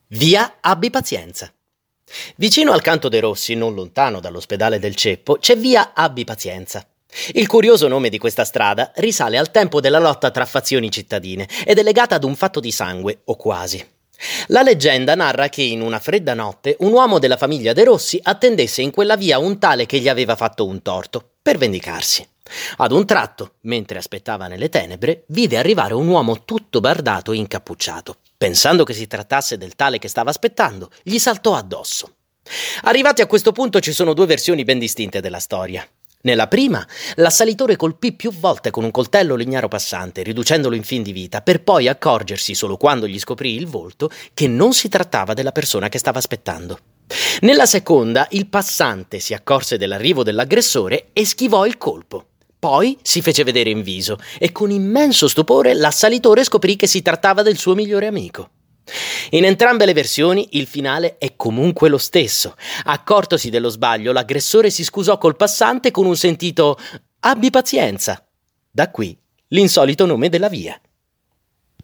Via Abbi Pazienza. Vicino al Canto dei Rossi, non lontano dall'ospedale del Ceppo, c'è via Abbi Pazienza. Il curioso nome di questa strada risale al tempo della lotta tra fazioni cittadine ed è legata ad un fatto di sangue, o quasi. La leggenda narra che in una fredda notte un uomo della famiglia De Rossi attendesse in quella via un tale che gli aveva fatto un torto, per vendicarsi. Ad un tratto, mentre aspettava nelle tenebre, vide arrivare un uomo tutto bardato e incappucciato. Pensando che si trattasse del tale che stava aspettando, gli saltò addosso. Arrivati a questo punto ci sono due versioni ben distinte della storia. Nella prima, l'assalitore colpì più volte con un coltello l'ignaro passante, riducendolo in fin di vita, per poi accorgersi, solo quando gli scoprì il volto, che non si trattava della persona che stava aspettando. Nella seconda, il passante si accorse dell'arrivo dell'aggressore e schivò il colpo. Poi si fece vedere in viso e con immenso stupore l'assalitore scoprì che si trattava del suo migliore amico. In entrambe le versioni il finale è comunque lo stesso. Accortosi dello sbaglio, l'aggressore si scusò col passante con un sentito «Abbi pazienza». Da qui l'insolito nome della via.